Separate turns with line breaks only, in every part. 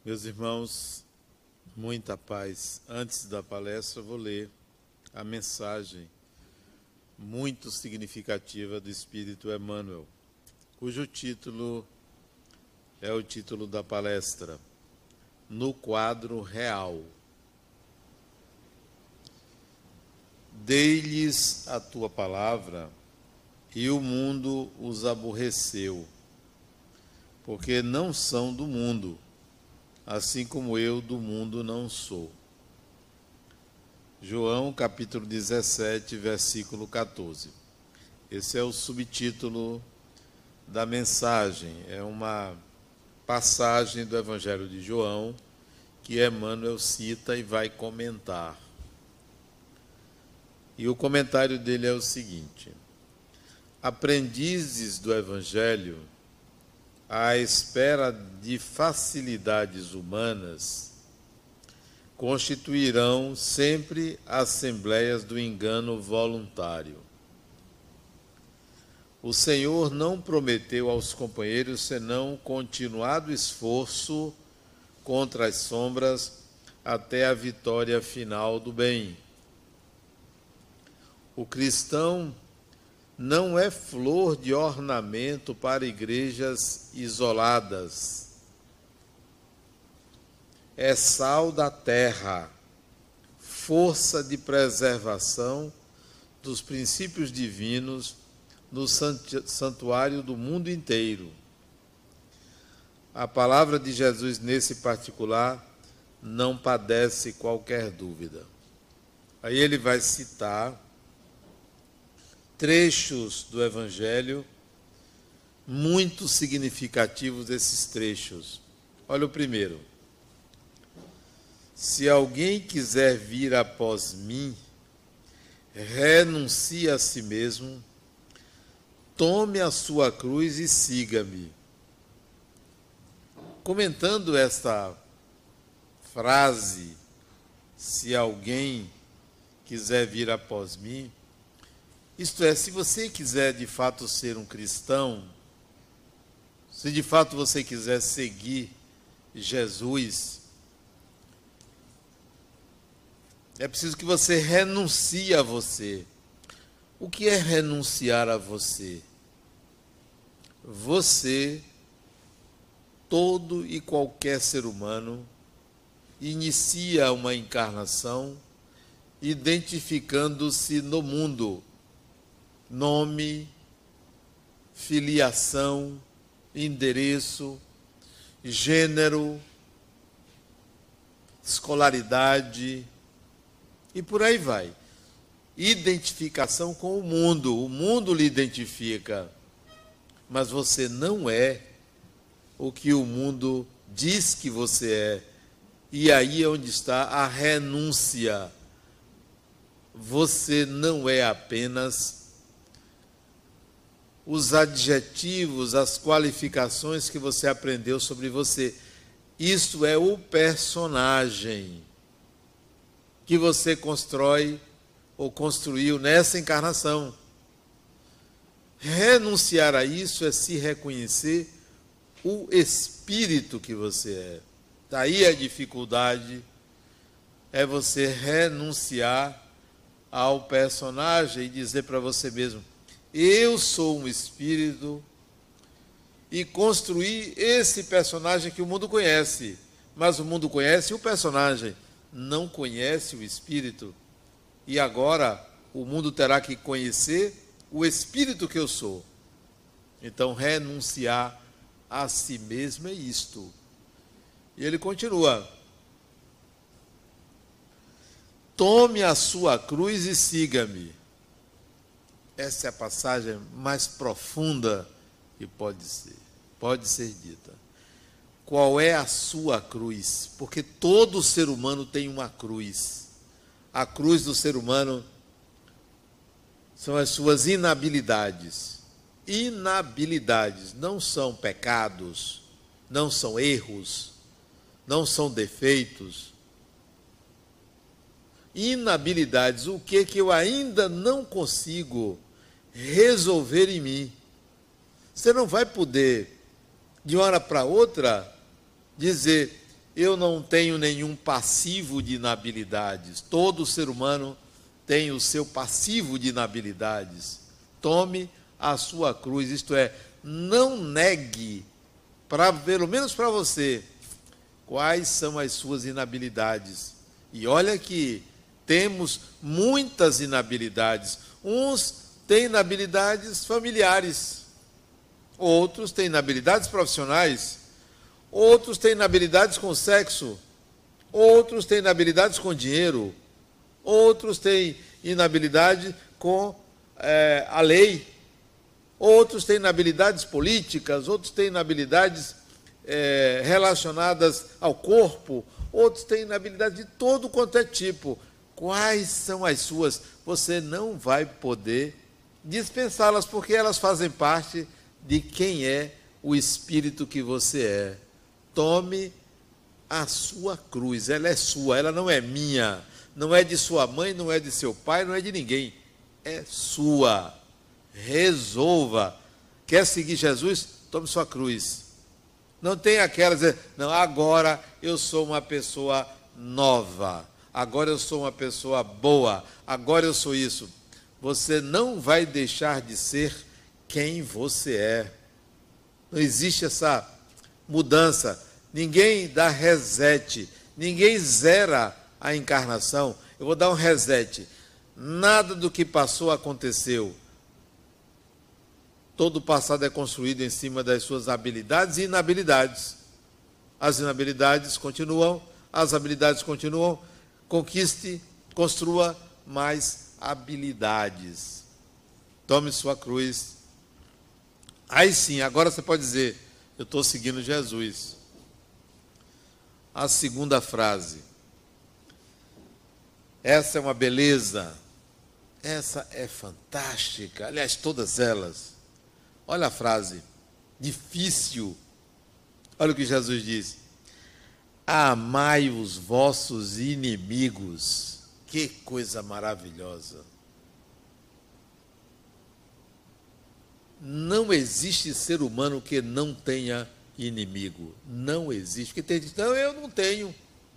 Meus irmãos, muita paz. Antes da palestra, vou ler a mensagem muito significativa do Espírito Emmanuel, cujo título é o título da palestra, No Quadro Real. Dei-lhes a tua palavra, e o mundo os aborreceu, porque não são do mundo, assim como eu do mundo não sou. João, capítulo 17, versículo 14. Esse é o subtítulo da mensagem. É uma passagem do Evangelho de João que Emmanuel cita e vai comentar. E o comentário dele é o seguinte: aprendizes do Evangelho, à espera de facilidades humanas, constituirão sempre assembleias do engano voluntário. O Senhor não prometeu aos companheiros senão continuado esforço contra as sombras até a vitória final do bem. O cristão não é flor de ornamento para igrejas isoladas. É sal da terra, força de preservação dos princípios divinos no santuário do mundo inteiro. A palavra de Jesus nesse particular não padece qualquer dúvida. Aí ele vai citar trechos do Evangelho muito significativos desses trechos. Olha o primeiro. Se alguém quiser vir após mim, renuncie a si mesmo, tome a sua cruz e siga-me. Comentando esta frase, se alguém quiser vir após mim, isto é, se você quiser de fato ser um cristão, se de fato você quiser seguir Jesus, é preciso que você renuncie a você. O que é renunciar a você? Você, todo e qualquer ser humano, inicia uma encarnação identificando-se no mundo. Nome, filiação, endereço, gênero, escolaridade e por aí vai. Identificação com o mundo lhe identifica, mas você não é o que o mundo diz que você é. E aí é onde está a renúncia. Você não é apenas os adjetivos, as qualificações que você aprendeu sobre você. Isso é o personagem que você constrói ou construiu nessa encarnação. Renunciar a isso é se reconhecer o espírito que você é. Daí a dificuldade é você renunciar ao personagem e dizer para você mesmo: eu sou um espírito, e construir esse personagem que o mundo conhece. Mas o mundo conhece o personagem, não conhece o espírito. E agora o mundo terá que conhecer o espírito que eu sou. Então renunciar a si mesmo é isto. E ele continua: tome a sua cruz e siga-me. Essa é a passagem mais profunda que pode ser dita. Qual é a sua cruz? Porque todo ser humano tem uma cruz. A cruz do ser humano são as suas inabilidades. Inabilidades não são pecados, não são erros, não são defeitos. Inabilidades, o que eu ainda não consigo resolver em mim. Você não vai poder, de uma hora para outra, dizer: eu não tenho nenhum passivo de inabilidades. Todo ser humano tem o seu passivo de inabilidades. Tome a sua cruz, isto é, não negue, pelo menos para você, quais são as suas inabilidades. E olha que temos muitas inabilidades. Uns têm inabilidades familiares, outros têm inabilidades profissionais, outros têm inabilidades com sexo, outros têm inabilidades com dinheiro, outros têm inabilidade com a lei, outros têm inabilidades políticas, outros têm inabilidades relacionadas ao corpo, outros têm inabilidades de todo quanto é tipo. Quais são as suas? Você não vai poder dispensá-las, porque elas fazem parte de quem é o espírito que você é. Tome a sua cruz, ela é sua, ela não é minha, não é de sua mãe, não é de seu pai, não é de ninguém, é sua. Resolva. Quer seguir Jesus? Tome sua cruz. Não tem aquela dizer, não, agora eu sou uma pessoa nova, agora eu sou uma pessoa boa, agora eu sou isso. Você não vai deixar de ser quem você é. Não existe essa mudança. Ninguém dá reset, ninguém zera a encarnação. Eu vou dar um reset. Nada do que passou aconteceu. Todo o passado é construído em cima das suas habilidades e inabilidades. As inabilidades continuam, as habilidades continuam. Conquiste, construa mais habilidades. Tome sua cruz. Aí sim, agora você pode dizer, eu estou seguindo Jesus. A segunda frase. Essa é uma beleza. Essa é fantástica. Aliás, todas elas. Olha a frase. Difícil. Olha o que Jesus diz. Amai os vossos inimigos. Que coisa maravilhosa. Não existe ser humano que não tenha inimigo. Não existe. Porque tem gente, não, eu não tenho.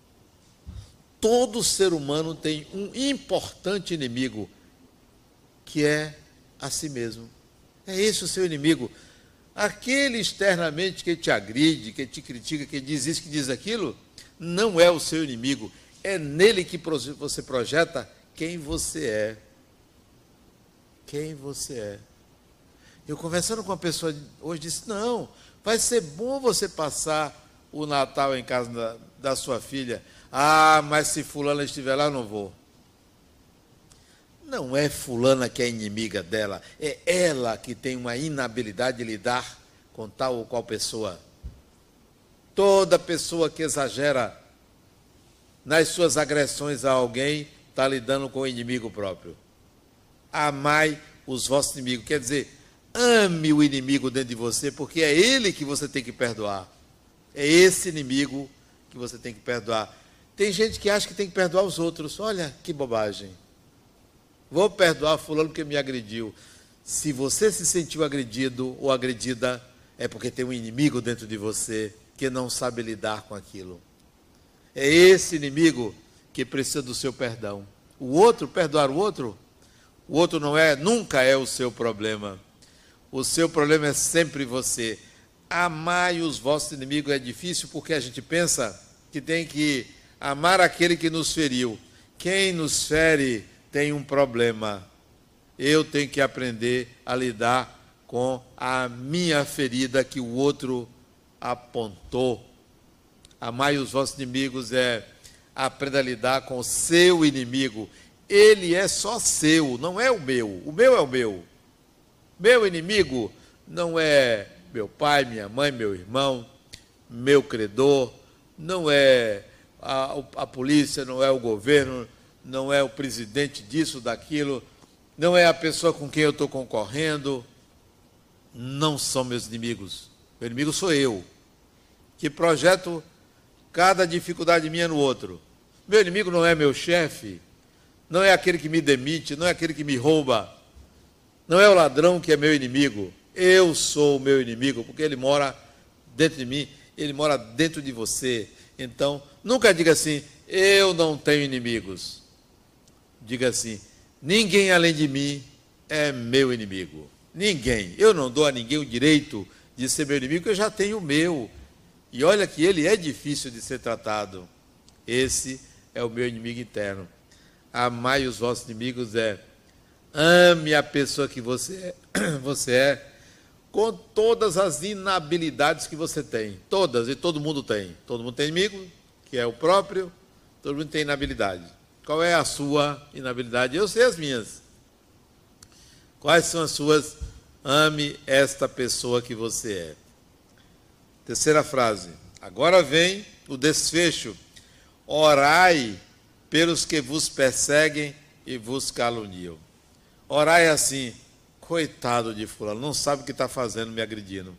Todo ser humano tem um importante inimigo, que é a si mesmo. É esse o seu inimigo. Aquele externamente que te agride, que te critica, que diz isso, que diz aquilo, não é o seu inimigo. É nele que você projeta quem você é. Quem você é. Eu conversando com uma pessoa hoje, disse, não, vai ser bom você passar o Natal em casa da sua filha. Ah, mas se fulana estiver lá, eu não vou. Não é fulana que é inimiga dela, é ela que tem uma inabilidade de lidar com tal ou qual pessoa. Toda pessoa que exagera nas suas agressões a alguém está lidando com o inimigo próprio. Amai os vossos inimigos, quer dizer, ame o inimigo dentro de você, porque é ele que você tem que perdoar. É esse inimigo que você tem que perdoar. Tem gente que acha que tem que perdoar os outros. Olha que bobagem. Vou perdoar fulano porque me agrediu. Se você se sentiu agredido ou agredida, é porque tem um inimigo dentro de você que não sabe lidar com aquilo. É esse inimigo que precisa do seu perdão. O outro, perdoar o outro não é, nunca é o seu problema. O seu problema é sempre você. Amai os vossos inimigos é difícil porque a gente pensa que tem que amar aquele que nos feriu. Quem nos fere tem um problema. Eu tenho que aprender a lidar com a minha ferida que o outro apontou. Amai os vossos inimigos é aprenda a lidar com o seu inimigo. Ele é só seu, não é o meu. O meu é o meu. Meu inimigo não é meu pai, minha mãe, meu irmão, meu credor, não é a polícia, não é o governo, não é o presidente disso, daquilo, não é a pessoa com quem eu estou concorrendo, não são meus inimigos. Meu inimigo sou eu, que projeto cada dificuldade minha no outro. Meu inimigo não é meu chefe, não é aquele que me demite, não é aquele que me rouba, não é o ladrão que é meu inimigo. Eu sou o meu inimigo, porque ele mora dentro de mim, ele mora dentro de você. Então, nunca diga assim, eu não tenho inimigos. Diga assim, ninguém além de mim é meu inimigo. Ninguém. Eu não dou a ninguém o direito de ser meu inimigo, eu já tenho o meu. E olha que ele é difícil de ser tratado. Esse é o meu inimigo interno. Amai os vossos inimigos ame a pessoa que você é, com todas as inabilidades que você tem. Todas, e todo mundo tem. Todo mundo tem inimigo, que é o próprio, todo mundo tem inabilidade. Qual é a sua inabilidade? Eu sei as minhas. Quais são as suas? Ame esta pessoa que você é. Terceira frase. Agora vem o desfecho. Orai pelos que vos perseguem e vos caluniam. Orai assim, coitado de fulano, não sabe o que está fazendo me agredindo.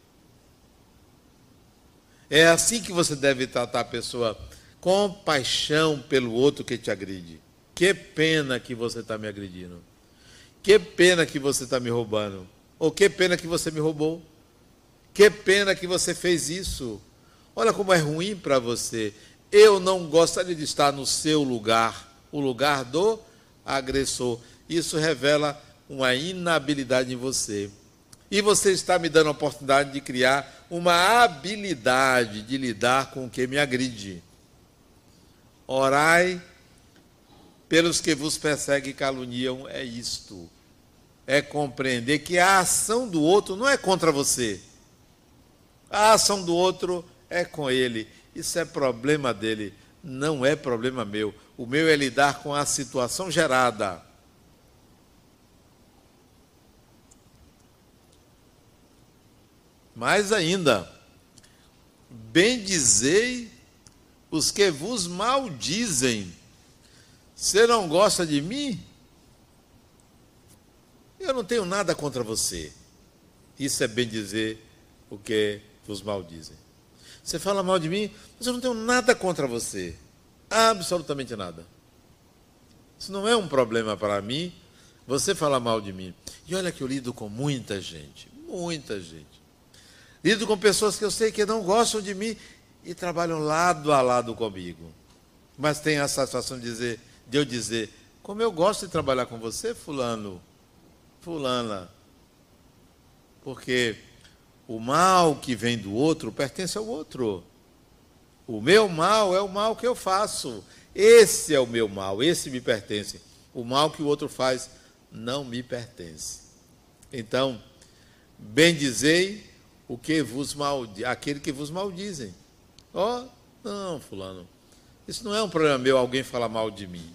É assim que você deve tratar a pessoa, com paixão pelo outro que te agride. Que pena que você está me agredindo. Que pena que você está me roubando. Ou que pena que você me roubou. Que pena que você fez isso. Olha como é ruim para você. Eu não gostaria de estar no seu lugar, o lugar do agressor. Isso revela uma inabilidade em você. E você está me dando a oportunidade de criar uma habilidade de lidar com o que me agride. Orai pelos que vos perseguem e caluniam, é isto. É compreender que a ação do outro não é contra você. A ação do outro é com ele. Isso é problema dele, não é problema meu. O meu é lidar com a situação gerada. Mais ainda, bendizei os que vos maldizem. Você não gosta de mim? Eu não tenho nada contra você. Isso é bendizer o que vos maldizem. Você fala mal de mim, mas eu não tenho nada contra você. Absolutamente nada. Isso não é um problema para mim, você fala mal de mim. E olha que eu lido com muita gente. Lido com pessoas que eu sei que não gostam de mim e trabalham lado a lado comigo. Mas tem a satisfação de eu dizer, como eu gosto de trabalhar com você, fulano, fulana. Porque o mal que vem do outro pertence ao outro. O meu mal é o mal que eu faço. Esse é o meu mal, esse me pertence. O mal que o outro faz não me pertence. Então, bendizei aquele que vos maldizem. Não, fulano, isso não é um problema meu, alguém falar mal de mim.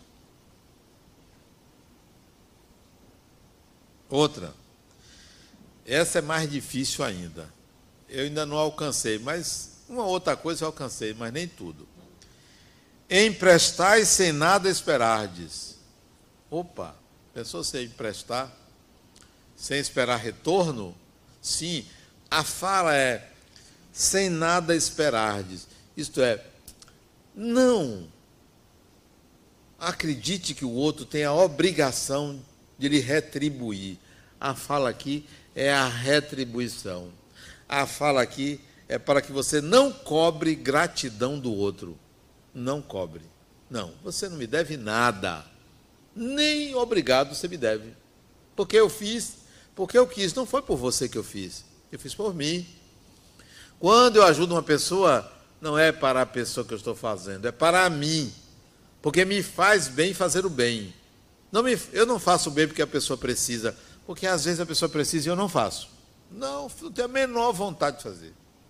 Outra, essa é mais difícil ainda. Eu ainda não alcancei, mas uma outra coisa eu alcancei, mas nem tudo. Emprestai sem nada esperardes. Opa, pensou você emprestar sem esperar retorno? Sim, a fala é sem nada esperardes. Isto é, não acredite que o outro tem a obrigação de lhe retribuir. A fala aqui é a retribuição. A fala aqui é para que você não cobre gratidão do outro. Não cobre. Não, você não me deve nada. Nem obrigado você me deve. Porque eu fiz, porque eu quis. Não foi por você que eu fiz. Eu fiz por mim. Quando eu ajudo uma pessoa, não é para a pessoa que eu estou fazendo, é para mim. Porque me faz bem fazer o bem. Eu não faço o bem porque a pessoa precisa. Porque às vezes a pessoa precisa e eu não faço. Não tenho a menor vontade de fazer.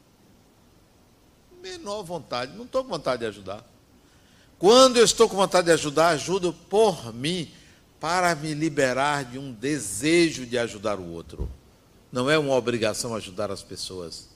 Menor vontade. Não estou com vontade de ajudar. Quando eu estou com vontade de ajudar, ajudo por mim, para me liberar de um desejo de ajudar o outro. Não é uma obrigação ajudar as pessoas.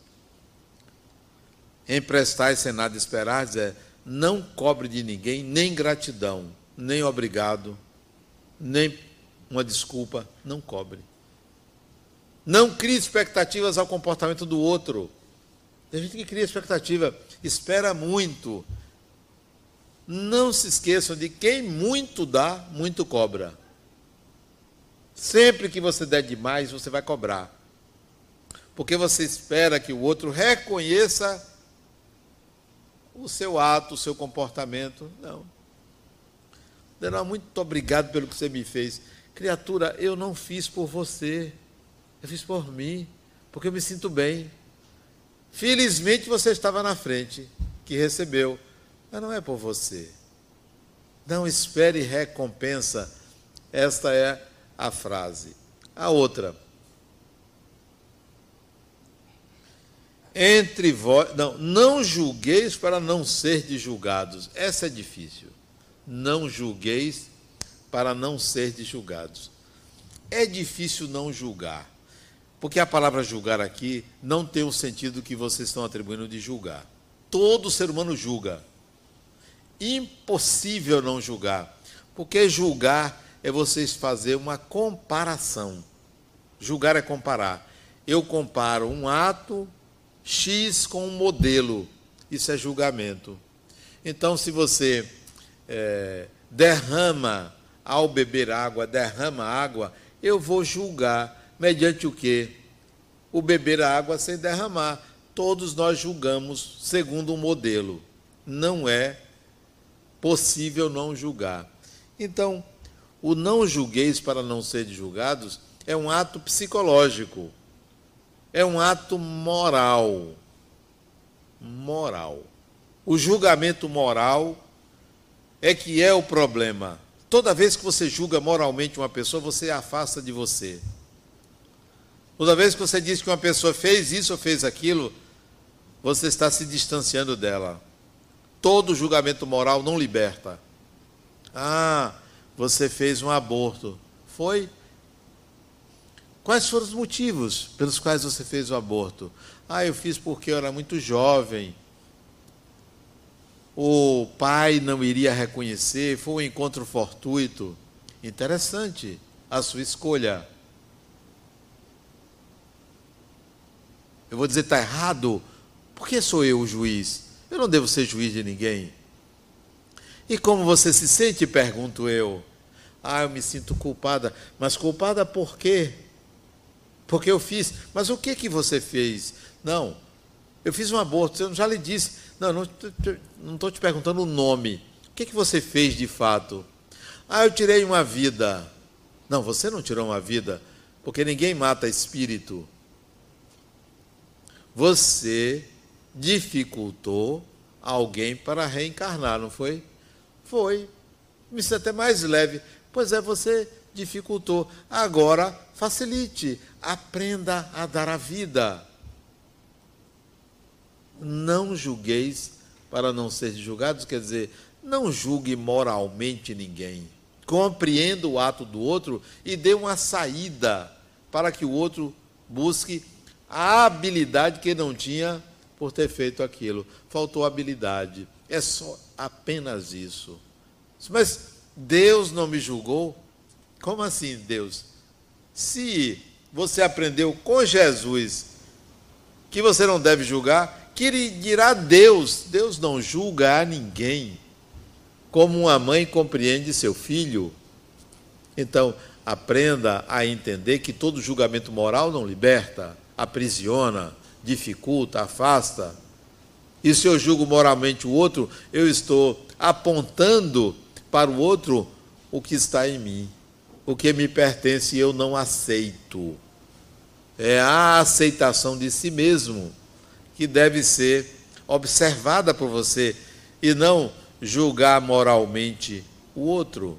Emprestar sem nada esperar, não cobre de ninguém, nem gratidão, nem obrigado, nem uma desculpa, não cobre. Não crie expectativas ao comportamento do outro. Tem gente que cria expectativa, espera muito. Não se esqueçam de quem muito dá, muito cobra. Sempre que você der demais, você vai cobrar. Porque você espera que o outro reconheça o seu ato, o seu comportamento. Não. Denal, muito obrigado pelo que você me fez. Criatura, eu não fiz por você, eu fiz por mim, porque eu me sinto bem. Felizmente você estava na frente, que recebeu, mas não é por você. Não espere recompensa. Esta é a frase. A outra. Entre vós, não julgueis para não serdes julgados. Essa é difícil. Não julgueis para não serdes julgados. É difícil não julgar, porque a palavra julgar aqui não tem o sentido que vocês estão atribuindo de julgar. Todo ser humano julga. Impossível não julgar, porque julgar é vocês fazer uma comparação. Julgar é comparar. Eu comparo um ato X com um modelo. Isso é julgamento. Então, se você derrama ao beber água, derrama água, eu vou julgar mediante o quê? O beber água sem derramar. Todos nós julgamos segundo um modelo. Não é possível não julgar. Então, o não julgueis para não serem julgados é um ato psicológico. É um ato moral. Moral. O julgamento moral é que é o problema. Toda vez que você julga moralmente uma pessoa, você a afasta de você. Toda vez que você diz que uma pessoa fez isso ou fez aquilo, você está se distanciando dela. Todo julgamento moral não liberta. Ah, você fez um aborto. Foi? Quais foram os motivos pelos quais você fez o aborto? Ah, eu fiz porque eu era muito jovem. O pai não iria reconhecer, foi um encontro fortuito. Interessante a sua escolha. Eu vou dizer, está errado? Por que sou eu o juiz? Eu não devo ser juiz de ninguém. E como você se sente, pergunto eu. Ah, eu me sinto culpada. Mas culpada por quê? Porque eu fiz. Mas o que você fez? Não, eu fiz um aborto, eu já lhe disse. Não estou te perguntando o nome. O que você fez de fato? Ah, eu tirei uma vida. Não, você não tirou uma vida, porque ninguém mata espírito. Você dificultou alguém para reencarnar, não foi? Foi. Me sinto até mais leve. Pois é, você dificultou. Agora, facilite. Aprenda a dar a vida. Não julgueis para não ser julgados, quer dizer, não julgue moralmente ninguém. Compreenda o ato do outro e dê uma saída para que o outro busque a habilidade que não tinha por ter feito aquilo. Faltou habilidade. É só apenas isso. Mas Deus não me julgou? Como assim, Deus? Se você aprendeu com Jesus que você não deve julgar, que dirá Deus? Deus não julga a ninguém, como uma mãe compreende seu filho. Então, aprenda a entender que todo julgamento moral não liberta, aprisiona, dificulta, afasta. E se eu julgo moralmente o outro, eu estou apontando para o outro o que está em mim, o que me pertence e eu não aceito. É a aceitação de si mesmo que deve ser observada por você e não julgar moralmente o outro.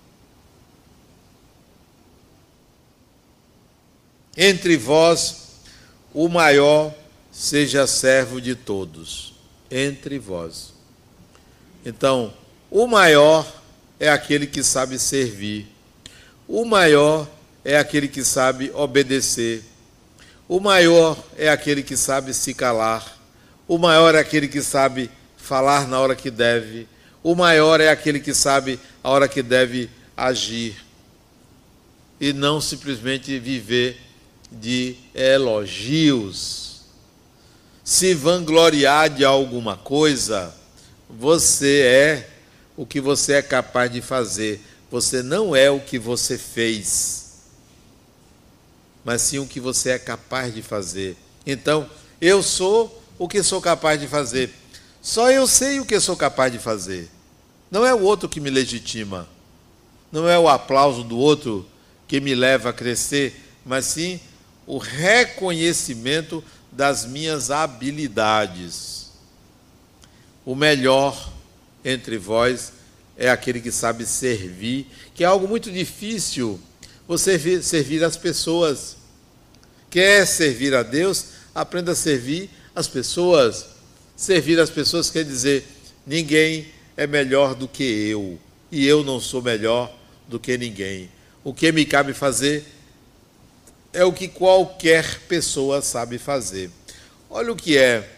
Entre vós, o maior seja servo de todos. Entre vós. Então, o maior é aquele que sabe servir. O maior é aquele que sabe obedecer. O maior é aquele que sabe se calar. O maior é aquele que sabe falar na hora que deve. O maior é aquele que sabe a hora que deve agir. E não simplesmente viver de elogios. Se vangloriar de alguma coisa, você é o que você é capaz de fazer. Você não é o que você fez, mas sim o que você é capaz de fazer. Então, eu sou o que sou capaz de fazer. Só eu sei o que eu sou capaz de fazer. Não é o outro que me legitima. Não é o aplauso do outro que me leva a crescer, mas sim o reconhecimento das minhas habilidades. O melhor entre vós é aquele que sabe servir, que é algo muito difícil, você servir as pessoas. Quer servir a Deus? Aprenda a servir as pessoas. Servir as pessoas quer dizer, ninguém é melhor do que eu, e eu não sou melhor do que ninguém. O que me cabe fazer é o que qualquer pessoa sabe fazer. Olha o que é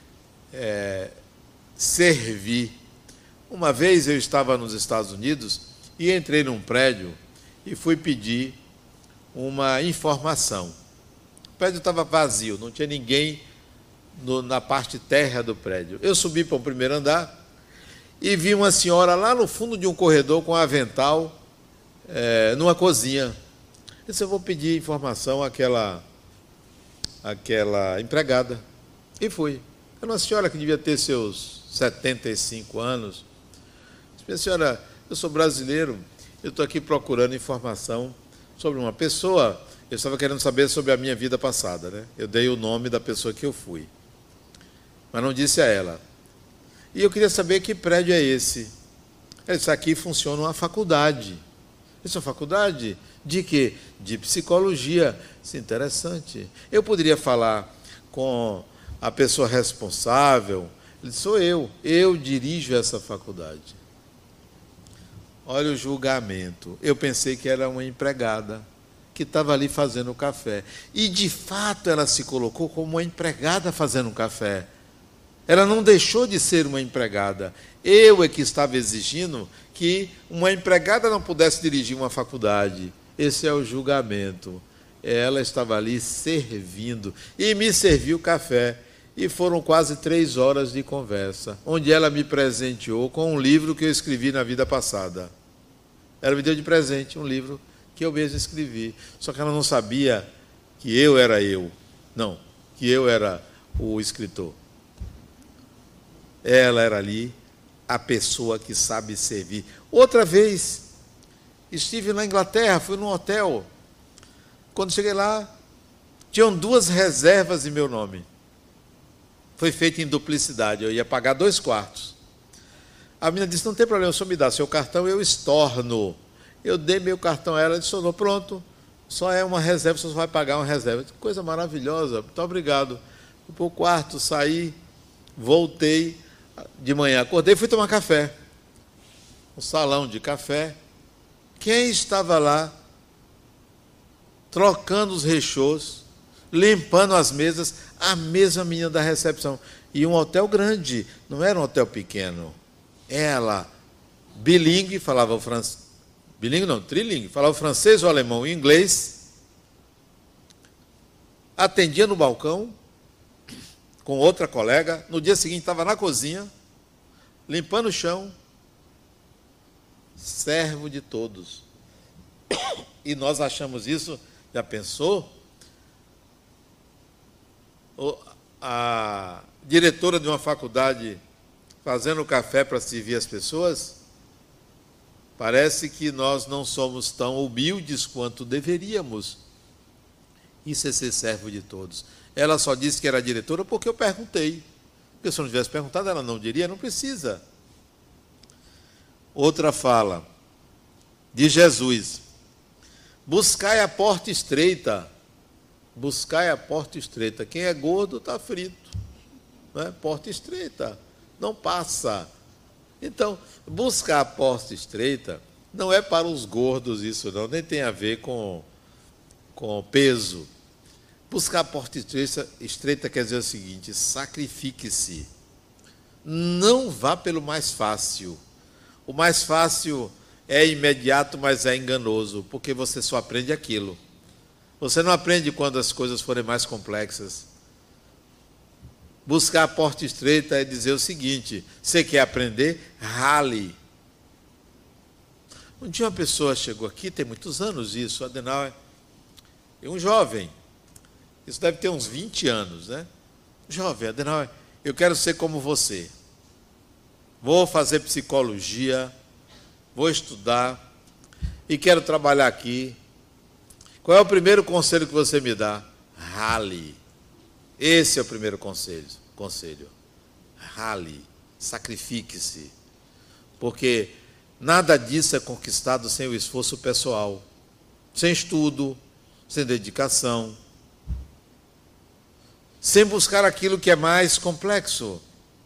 servir. Uma vez eu estava nos Estados Unidos e entrei num prédio e fui pedir uma informação. O prédio estava vazio, não tinha ninguém na parte térrea do prédio. Eu subi para o primeiro andar e vi uma senhora lá no fundo de um corredor com um avental numa cozinha. Eu disse, eu vou pedir informação àquela empregada. E fui. Era uma senhora que devia ter seus 75 anos. Disse, minha senhora, eu sou brasileiro, eu estou aqui procurando informação sobre uma pessoa. Eu estava querendo saber sobre a minha vida passada, né? Eu dei o nome da pessoa que eu fui, mas não disse a ela. E eu queria saber que prédio é esse. Ela disse, aqui funciona uma faculdade. Isso é uma faculdade? De quê? De psicologia. Isso é interessante. Eu poderia falar com a pessoa responsável? Ele disse, sou eu. Eu dirijo essa faculdade. Olha o julgamento. Eu pensei que era uma empregada que estava ali fazendo café. E, de fato, ela se colocou como uma empregada fazendo café. Ela não deixou de ser uma empregada. Eu é que estava exigindo que uma empregada não pudesse dirigir uma faculdade. Esse é o julgamento. Ela estava ali servindo e me serviu café. E foram quase 3 horas de conversa, onde ela me presenteou com um livro que eu escrevi na vida passada. Ela me deu de presente um livro que eu mesmo escrevi. Só que ela não sabia que eu era eu. Não, que eu era o escritor. Ela era ali a pessoa que sabe servir. Outra vez, estive na Inglaterra, fui num hotel. Quando cheguei lá, tinham 2 reservas em meu nome. Foi feito em duplicidade, eu ia pagar 2 quartos. A menina disse, não tem problema, o senhor me dá seu cartão, eu estorno. Eu dei meu cartão a ela, ela disse, pronto, só é uma reserva, você só vai pagar uma reserva. Coisa maravilhosa, muito obrigado. Fui para o quarto, saí, voltei, de manhã acordei e fui tomar café. Um salão de café. Quem estava lá, trocando os rechôs, limpando as mesas, a mesma menina da recepção. E um hotel grande, não era um hotel pequeno. Ela, bilíngue, falava o francês, bilíngue não, trilingue, falava o francês, o alemão e o inglês, atendia no balcão, com outra colega, no dia seguinte estava na cozinha, limpando o chão, servo de todos. E nós achamos isso, já pensou? A diretora de uma faculdade fazendo café para servir as pessoas? Parece que nós não somos tão humildes quanto deveríamos. Isso é ser servo de todos. Ela só disse que era diretora porque eu perguntei. Porque se eu não tivesse perguntado, ela não diria, não precisa. Outra fala de Jesus. Buscai a porta estreita. Buscai a porta estreita. Quem é gordo está frito. Não é? Porta estreita. Não passa. Então, buscar a porta estreita não é para os gordos isso não, nem tem a ver com peso. Buscar a porta estreita quer dizer o seguinte, sacrifique-se. Não vá pelo mais fácil. O mais fácil é imediato, mas é enganoso, porque você só aprende aquilo. Você não aprende quando as coisas forem mais complexas. Buscar a porta estreita é dizer o seguinte, você quer aprender? Rale. Um dia uma pessoa chegou aqui, tem muitos anos isso, Adenauer, e um jovem, isso deve ter uns 20 anos, né? Jovem, Adenauer, eu quero ser como você. vou fazer psicologia, vou estudar e quero trabalhar aqui. Qual é o primeiro conselho que você me dá? Rale. Esse é o primeiro conselho. Rale, sacrifique-se. Porque nada disso é conquistado sem o esforço pessoal, sem estudo, sem dedicação, sem buscar aquilo que é mais complexo.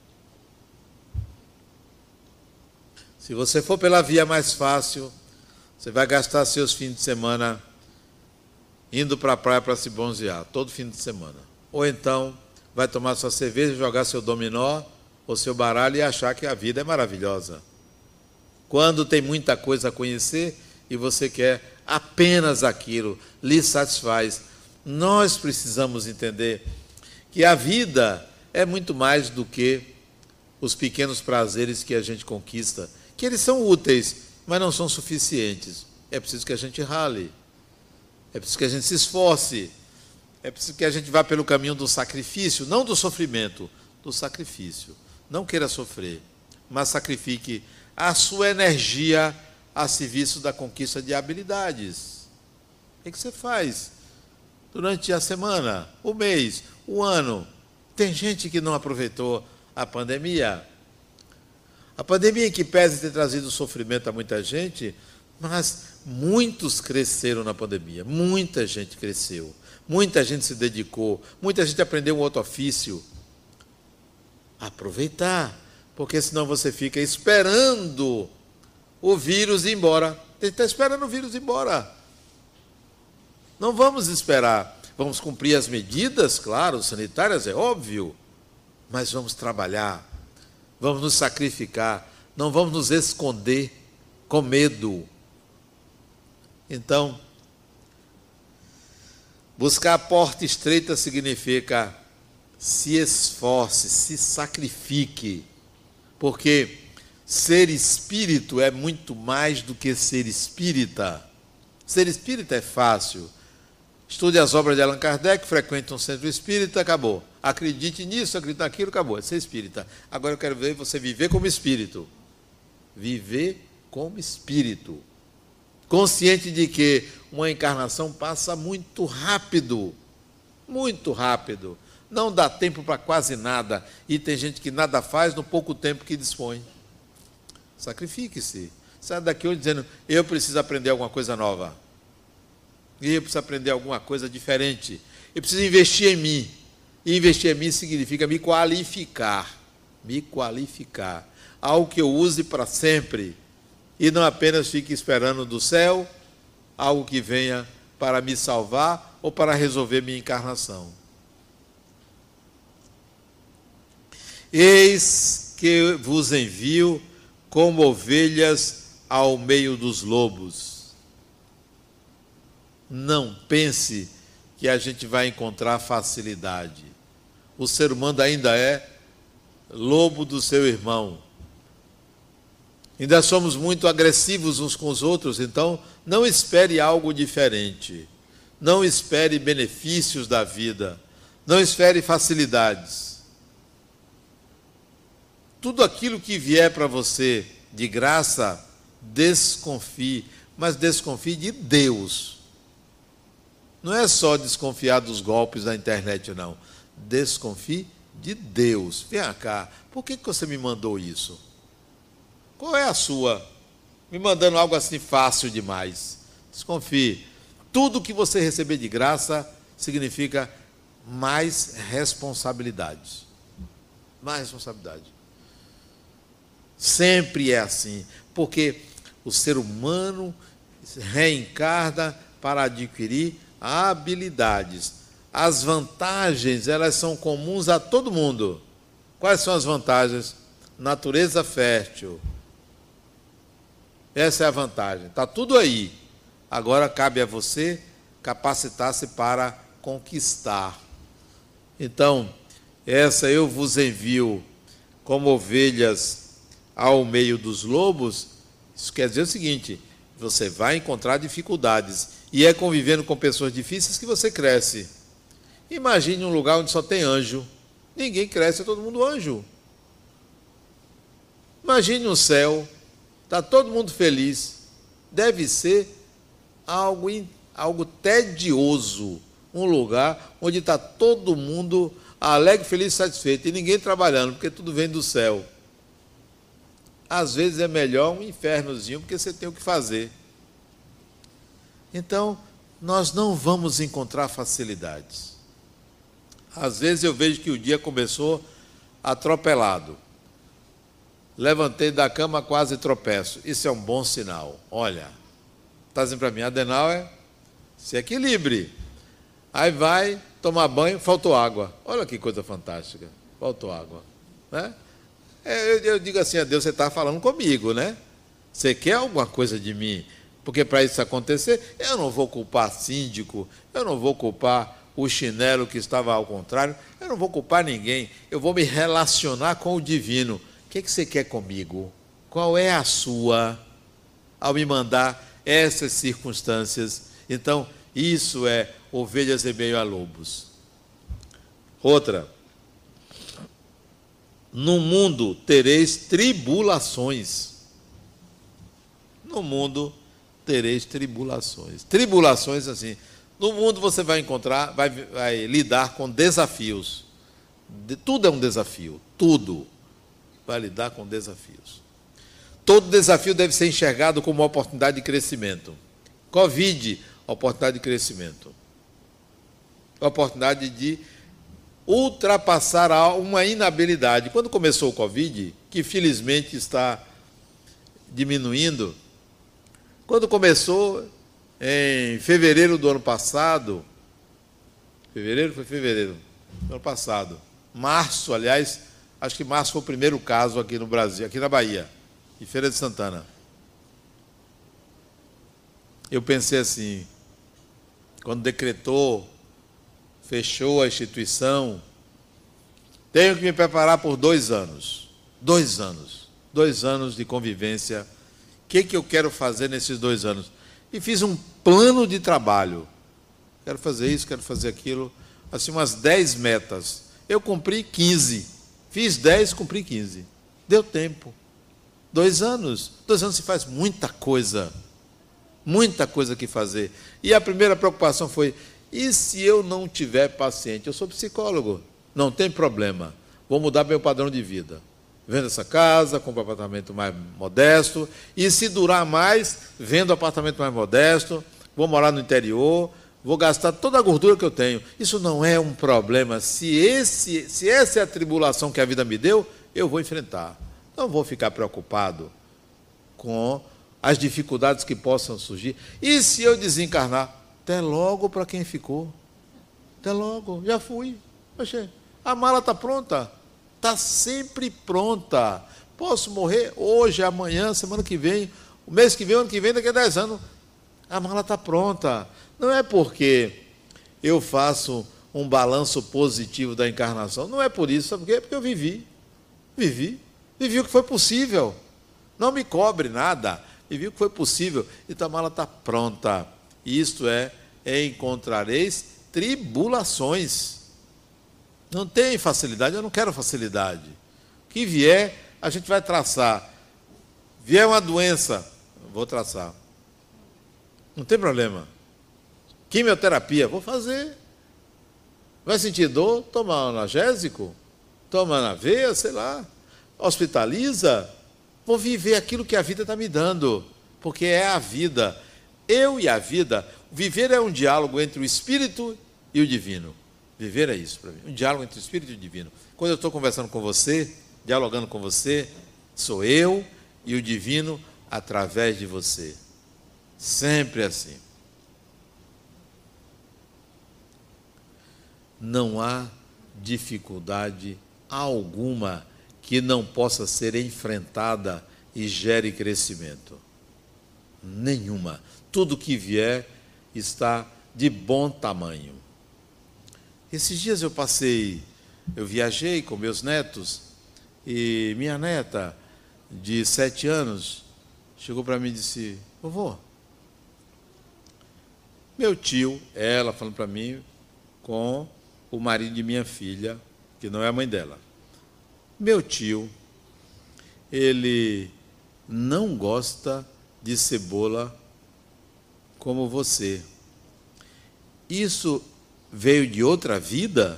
Se você for pela via mais fácil, você vai gastar seus fins de semana indo para a praia para se bronzear, todo fim de semana. Ou então, vai tomar sua cerveja, jogar seu dominó ou seu baralho e achar que a vida é maravilhosa. Quando tem muita coisa a conhecer e você quer apenas aquilo, lhe satisfaz. Nós precisamos entender que a vida é muito mais do que os pequenos prazeres que a gente conquista, que eles são úteis, mas não são suficientes. É preciso que a gente rale, é preciso que a gente se esforce, é preciso que a gente vá pelo caminho do sacrifício, não do sofrimento, do sacrifício. Não queira sofrer, mas sacrifique a sua energia a serviço da conquista de habilidades. O que você faz durante a semana, o mês, o ano? Tem gente que não aproveitou a pandemia. A pandemia, que pese ter trazido sofrimento a muita gente, mas muitos cresceram na pandemia, muita gente cresceu, muita gente se dedicou, muita gente aprendeu um outro ofício. Aproveitar, porque senão você fica esperando o vírus ir embora. Você está esperando o vírus ir embora. Não vamos esperar. Vamos cumprir as medidas, claro, sanitárias, é óbvio, mas vamos trabalhar, vamos nos sacrificar, não vamos nos esconder com medo. Então, buscar a porta estreita significa se esforce, se sacrifique, porque ser espírito é muito mais do que ser espírita. Ser espírita é fácil. Estude as obras de Allan Kardec, frequente um centro espírita, acabou. Acredite nisso, acredite naquilo, acabou. É ser espírita. Agora eu quero ver você viver como espírito. Viver como espírito. Consciente de que uma encarnação passa muito rápido. Muito rápido. Não dá tempo para quase nada. E tem gente que nada faz no pouco tempo que dispõe. Sacrifique-se. Sai daqui hoje dizendo, eu preciso aprender alguma coisa nova. E eu preciso aprender alguma coisa diferente. Eu preciso investir em mim. E investir em mim significa me qualificar. Me qualificar. Algo que eu use para sempre. E não apenas fique esperando do céu algo que venha para me salvar ou para resolver minha encarnação. Eis que vos envio como ovelhas ao meio dos lobos. Não pense que a gente vai encontrar facilidade. O ser humano ainda é lobo do seu irmão. Ainda somos muito agressivos uns com os outros, então não espere algo diferente. Não espere benefícios da vida. Não espere facilidades. Tudo aquilo que vier para você de graça, desconfie, mas desconfie de Deus. Não é só desconfiar dos golpes da internet, não. Desconfie de Deus. Vem cá, por que você me mandou isso? Qual é a sua? Me mandando algo assim fácil demais. Desconfie. Tudo que você receber de graça significa mais responsabilidades. Mais responsabilidade. Sempre é assim, porque o ser humano reencarna para adquirir habilidades. As vantagens, elas são comuns a todo mundo. Quais são as vantagens? Natureza fértil. Essa é a vantagem. Está tudo aí. Agora cabe a você capacitar-se para conquistar. Então, essa eu vos envio como ovelhas ao meio dos lobos. Isso quer dizer o seguinte: você vai encontrar dificuldades. E é convivendo com pessoas difíceis que você cresce. Imagine um lugar onde só tem anjo. Ninguém cresce, é todo mundo anjo. Imagine um céu, está todo mundo feliz. Deve ser algo tedioso, um lugar onde está todo mundo alegre, feliz e satisfeito, e ninguém trabalhando, porque tudo vem do céu. Às vezes é melhor um infernozinho, porque você tem o que fazer. Então, nós não vamos encontrar facilidades. Às vezes eu vejo que o dia começou atropelado. Levantei da cama, quase tropeço. Isso é um bom sinal. Olha, está dizendo para mim, Adenauer, se equilibre. Aí vai tomar banho, faltou água. Olha que coisa fantástica, faltou água. Né? Eu digo assim a Deus, você está falando comigo, né? Você quer alguma coisa de mim? Porque para isso acontecer, eu não vou culpar síndico, eu não vou culpar o chinelo que estava ao contrário, eu não vou culpar ninguém, eu vou me relacionar com o divino. O que você quer comigo? Qual é a sua? Ao me mandar essas circunstâncias. Então, isso é ovelhas em meio a lobos. Outra. No mundo tereis tribulações. No mundo tereis tribulações. Tribulações assim. No mundo você vai encontrar, vai lidar com desafios. Tudo é um desafio. Tudo vai lidar com desafios. Todo desafio deve ser enxergado como uma oportunidade de crescimento. Covid, oportunidade de crescimento. Oportunidade de ultrapassar uma inabilidade. Quando começou o Covid, que felizmente está diminuindo, quando começou em fevereiro do ano passado, fevereiro do ano passado, março, aliás, acho que março foi o primeiro caso aqui no Brasil, aqui na Bahia, em Feira de Santana. Eu pensei assim, quando decretou, fechou a instituição, tenho que me preparar por 2 anos. 2 anos. 2 anos de convivência. O que eu quero fazer nesses 2 anos? E fiz um plano de trabalho. Quero fazer isso, quero fazer aquilo. Assim, umas 10 metas. Eu cumpri 15. Fiz 10, cumpri 15. Deu tempo. 2 anos. 2 anos se faz muita coisa. Muita coisa que fazer. E a primeira preocupação foi, e se eu não tiver paciente? Eu sou psicólogo, não tem problema. Vou mudar meu padrão de vida. Vendo essa casa, compro um apartamento mais modesto. E se durar mais, vendo apartamento mais modesto, vou morar no interior, vou gastar toda a gordura que eu tenho. Isso não é um problema. Se essa é a tribulação que a vida me deu, eu vou enfrentar. Não vou ficar preocupado com as dificuldades que possam surgir. E se eu desencarnar? Até logo para quem ficou. Até logo, já fui. Poxa, a mala está pronta. Está sempre pronta. Posso morrer hoje, amanhã, semana que vem, o mês que vem, ano que vem, daqui a 10 anos. A mala está pronta. Não é porque eu faço um balanço positivo da encarnação. Não é por isso, sabe por quê? Porque eu vivi. Vivi o que foi possível. Não me cobre nada. Vivi o que foi possível. Então a mala está pronta. Isto é, encontrareis tribulações. Não tem facilidade, eu não quero facilidade. O que vier, a gente vai traçar. Vier uma doença, vou traçar. Não tem problema. Quimioterapia, vou fazer. Vai sentir dor? Toma analgésico? Toma na veia, sei lá. Hospitaliza. Vou viver aquilo que a vida está me dando, porque é a vida. Eu e a vida, viver é um diálogo entre o espírito e o divino. Viver é isso para mim, um diálogo entre o espírito e o divino. Quando eu estou conversando com você, dialogando com você, sou eu e o divino através de você. Sempre assim. Não há dificuldade alguma que não possa ser enfrentada e gere crescimento. Nenhuma. Tudo que vier está de bom tamanho. Esses dias eu viajei com meus netos, e minha neta, de 7 anos, chegou para mim e disse, vovô, meu tio, ela falando para mim, com o marido de minha filha, que não é a mãe dela, meu tio, ele não gosta de cebola como você. Isso veio de outra vida?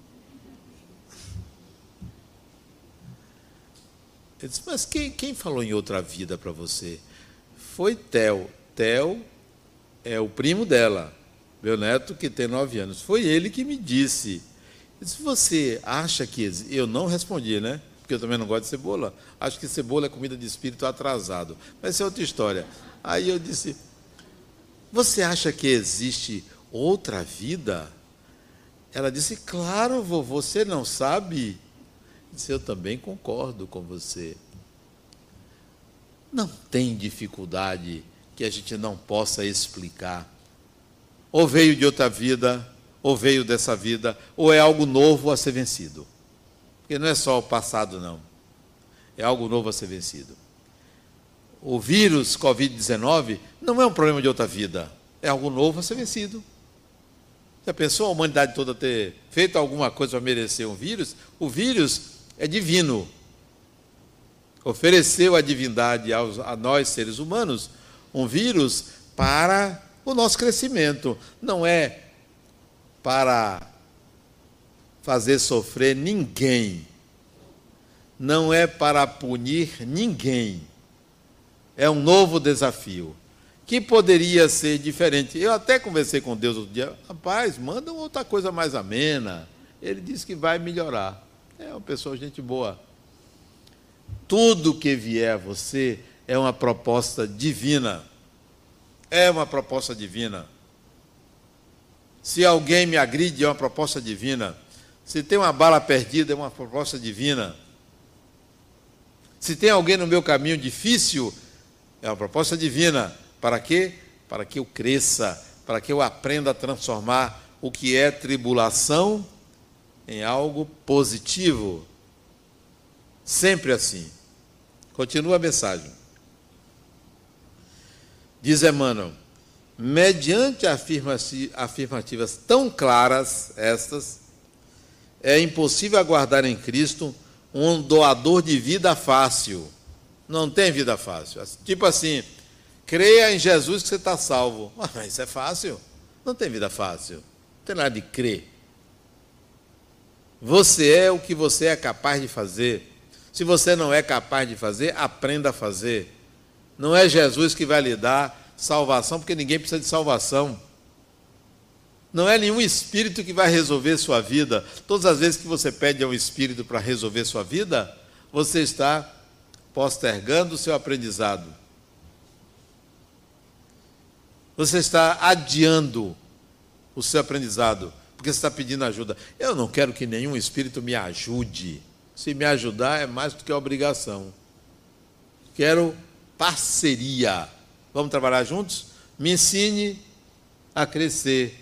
Ele disse, mas quem falou em outra vida para você? Foi Theo. Theo é o primo dela, meu neto que tem 9 anos. Foi ele que me disse. Ele disse, você acha que... Eu não respondi, né? Porque eu também não gosto de cebola. Acho que cebola é comida de espírito atrasado. Mas isso é outra história. Aí eu disse, você acha que existe outra vida? Ela disse, claro, vovô, você não sabe? Eu disse, eu também concordo com você. Não tem dificuldade que a gente não possa explicar. Ou veio de outra vida, ou veio dessa vida, ou é algo novo a ser vencido. Porque não é só o passado, não. É algo novo a ser vencido. O vírus Covid-19 não é um problema de outra vida. É algo novo a ser vencido. Já pensou a humanidade toda ter feito alguma coisa para merecer um vírus? O vírus é divino. Ofereceu a divindade a nós, seres humanos, um vírus para o nosso crescimento. Não é para fazer sofrer ninguém. Não é para punir ninguém. É um novo desafio, que poderia ser diferente. Eu até conversei com Deus outro dia, rapaz, manda outra coisa mais amena. Ele disse que vai melhorar. É uma pessoa, gente boa. Tudo que vier a você é uma proposta divina. É uma proposta divina. Se alguém me agride, é uma proposta divina. Se tem uma bala perdida, é uma proposta divina. Se tem alguém no meu caminho difícil, é uma proposta divina. Para quê? Para que eu cresça, para que eu aprenda a transformar o que é tribulação em algo positivo. Sempre assim. Continua a mensagem. Diz Emmanuel, mediante afirmativas tão claras estas, é impossível aguardar em Cristo um doador de vida fácil. Não tem vida fácil. Tipo assim, creia em Jesus que você está salvo. Mas isso é fácil? Não tem vida fácil. Não tem nada de crer. Você é o que você é capaz de fazer. Se você não é capaz de fazer, aprenda a fazer. Não é Jesus que vai lhe dar salvação, porque ninguém precisa de salvação. Não é nenhum espírito que vai resolver sua vida. Todas as vezes que você pede a um espírito para resolver sua vida, você está postergando o seu aprendizado. Você está adiando o seu aprendizado, porque você está pedindo ajuda. Eu não quero que nenhum espírito me ajude. Se me ajudar é mais do que obrigação. Quero parceria. Vamos trabalhar juntos? Me ensine a crescer.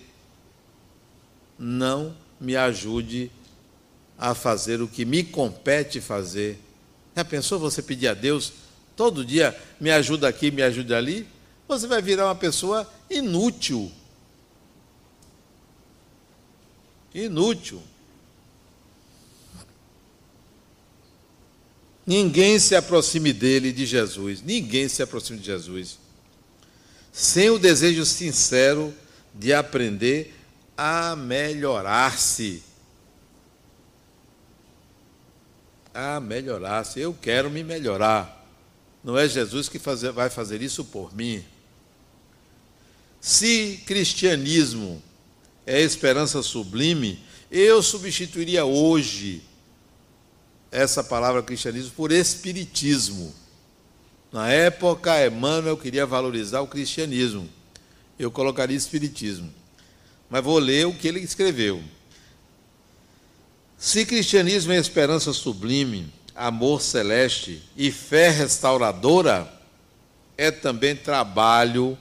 Não me ajude a fazer o que me compete fazer. Já pensou você pedir a Deus todo dia, me ajuda aqui, me ajuda ali? Você vai virar uma pessoa inútil. Inútil. Ninguém se aproxime dele, de Jesus. Ninguém se aproxime de Jesus sem o desejo sincero de aprender a melhorar-se. A melhorar-se. Eu quero me melhorar. Não é Jesus que vai fazer isso por mim. Se cristianismo é esperança sublime, eu substituiria hoje essa palavra cristianismo por espiritismo. Na época, Emmanuel queria valorizar o cristianismo. Eu colocaria espiritismo. Mas vou ler o que ele escreveu. Se cristianismo é esperança sublime, amor celeste e fé restauradora, é também trabalho,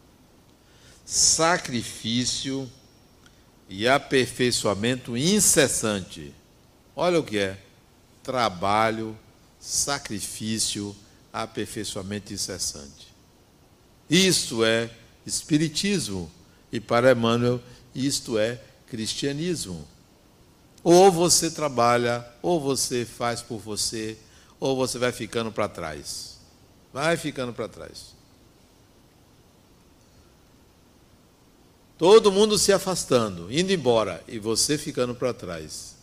sacrifício e aperfeiçoamento incessante. Olha o que é. Trabalho, sacrifício, aperfeiçoamento incessante. Isto é espiritismo. E para Emmanuel, isto é cristianismo. Ou você trabalha, ou você faz por você, ou você vai ficando para trás? Vai ficando para trás. Todo mundo se afastando, indo embora, e você ficando para trás.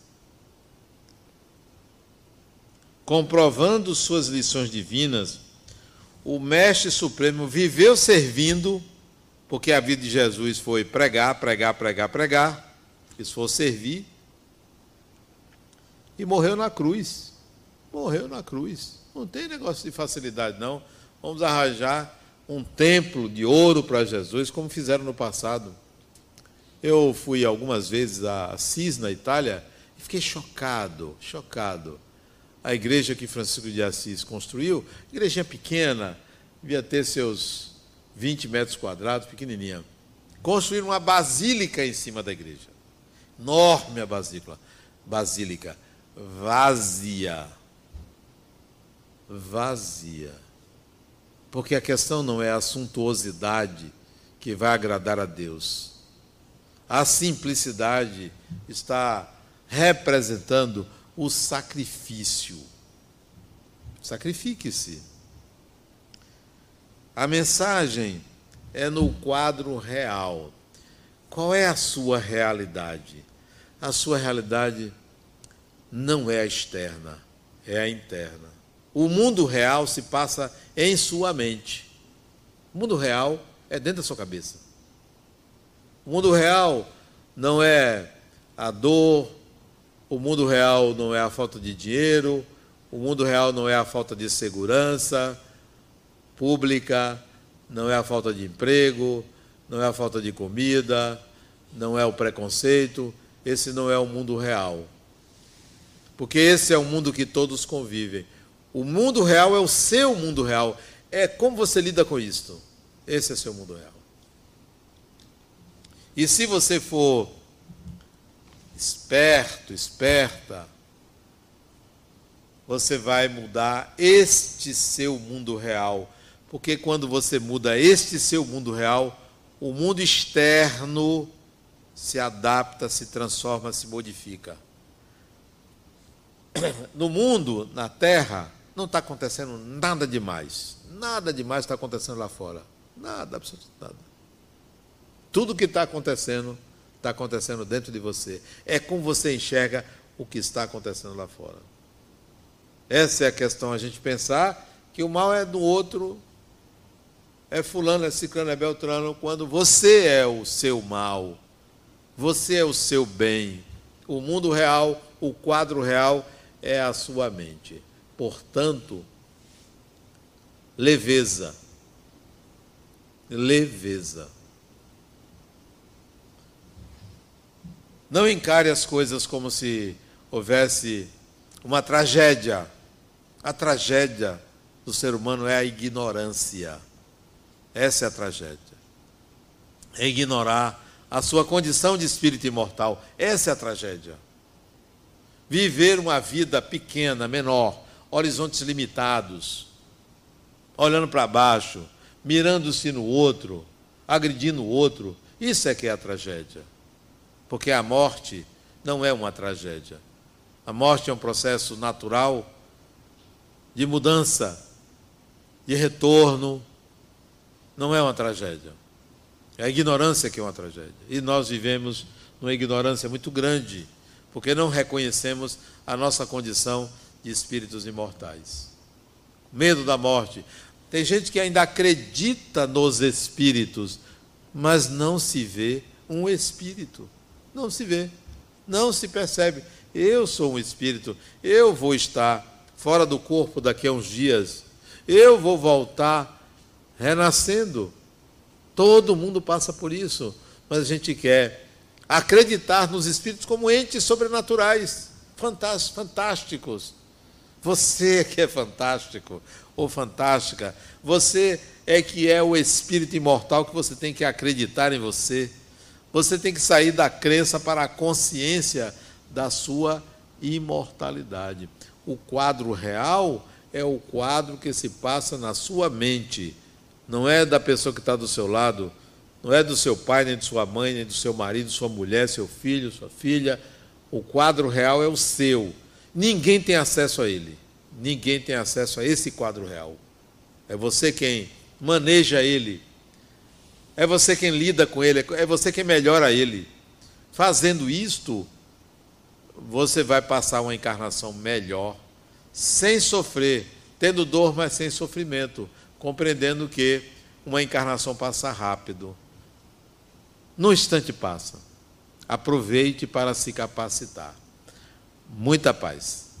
Comprovando suas lições divinas, o Mestre Supremo viveu servindo, porque a vida de Jesus foi pregar, pregar, pregar, pregar, isso foi servir, e morreu na cruz. Morreu na cruz. Não tem negócio de facilidade, não. Vamos arranjar um templo de ouro para Jesus, como fizeram no passado. Eu fui algumas vezes a Assis, na Itália, e fiquei chocado. A igreja que Francisco de Assis construiu, igrejinha pequena, devia ter seus 20 metros quadrados, pequenininha. Construíram uma basílica em cima da igreja. Enorme a basílica. Vazia. Porque a questão não é a suntuosidade que vai agradar a Deus. A simplicidade está representando o sacrifício. Sacrifique-se. A mensagem é no quadro real. Qual é a sua realidade? A sua realidade não é a externa, é a interna. O mundo real se passa em sua mente. O mundo real é dentro da sua cabeça. O mundo real não é a dor, o mundo real não é a falta de dinheiro, o mundo real não é a falta de segurança pública, não é a falta de emprego, não é a falta de comida, não é o preconceito. Esse não é o mundo real. Porque esse é o mundo que todos convivem. O mundo real é o seu mundo real. É como você lida com isto. Esse é o seu mundo real. E se você for esperto, esperta, você vai mudar este seu mundo real. Porque quando você muda este seu mundo real, o mundo externo se adapta, se transforma, se modifica. No mundo, na Terra, não está acontecendo nada demais. Nada demais está acontecendo lá fora. Nada, absolutamente nada. Tudo que está acontecendo dentro de você. É como você enxerga o que está acontecendo lá fora. Essa é a questão, a gente pensar que o mal é do outro, é fulano, é ciclano, é beltrano, quando você é o seu mal, você é o seu bem. O mundo real, o quadro real é a sua mente. Portanto, leveza. Não encare as coisas como se houvesse uma tragédia. A tragédia do ser humano é a ignorância. Essa é a tragédia. É ignorar a sua condição de espírito imortal. Essa é a tragédia. Viver uma vida pequena, menor, horizontes limitados, olhando para baixo, mirando-se no outro, agredindo o outro, isso é que é a tragédia. Porque a morte não é uma tragédia. A morte é um processo natural de mudança, de retorno. Não é uma tragédia. É a ignorância que é uma tragédia. E nós vivemos numa ignorância muito grande, porque não reconhecemos a nossa condição de espíritos imortais. Medo da morte. Tem gente que ainda acredita nos espíritos, mas não se vê um espírito. Não se vê, não se percebe. Eu sou um espírito, eu vou estar fora do corpo daqui a uns dias, eu vou voltar renascendo. Todo mundo passa por isso, mas a gente quer acreditar nos espíritos como entes sobrenaturais, fantásticos. Você que é fantástico ou fantástica, você é que é o espírito imortal, que você tem que acreditar em você. Você tem que sair da crença para a consciência da sua imortalidade. O quadro real é o quadro que se passa na sua mente. Não é da pessoa que está do seu lado, não é do seu pai, nem de sua mãe, nem do seu marido, sua mulher, seu filho, sua filha. O quadro real é o seu. Ninguém tem acesso a ele. Ninguém tem acesso a esse quadro real. É você quem maneja ele. É você quem lida com ele. É você quem melhora ele. Fazendo isto, você vai passar uma encarnação melhor, sem sofrer, tendo dor, mas sem sofrimento, compreendendo que uma encarnação passa rápido. Num instante passa. Aproveite para se capacitar. Muita paz.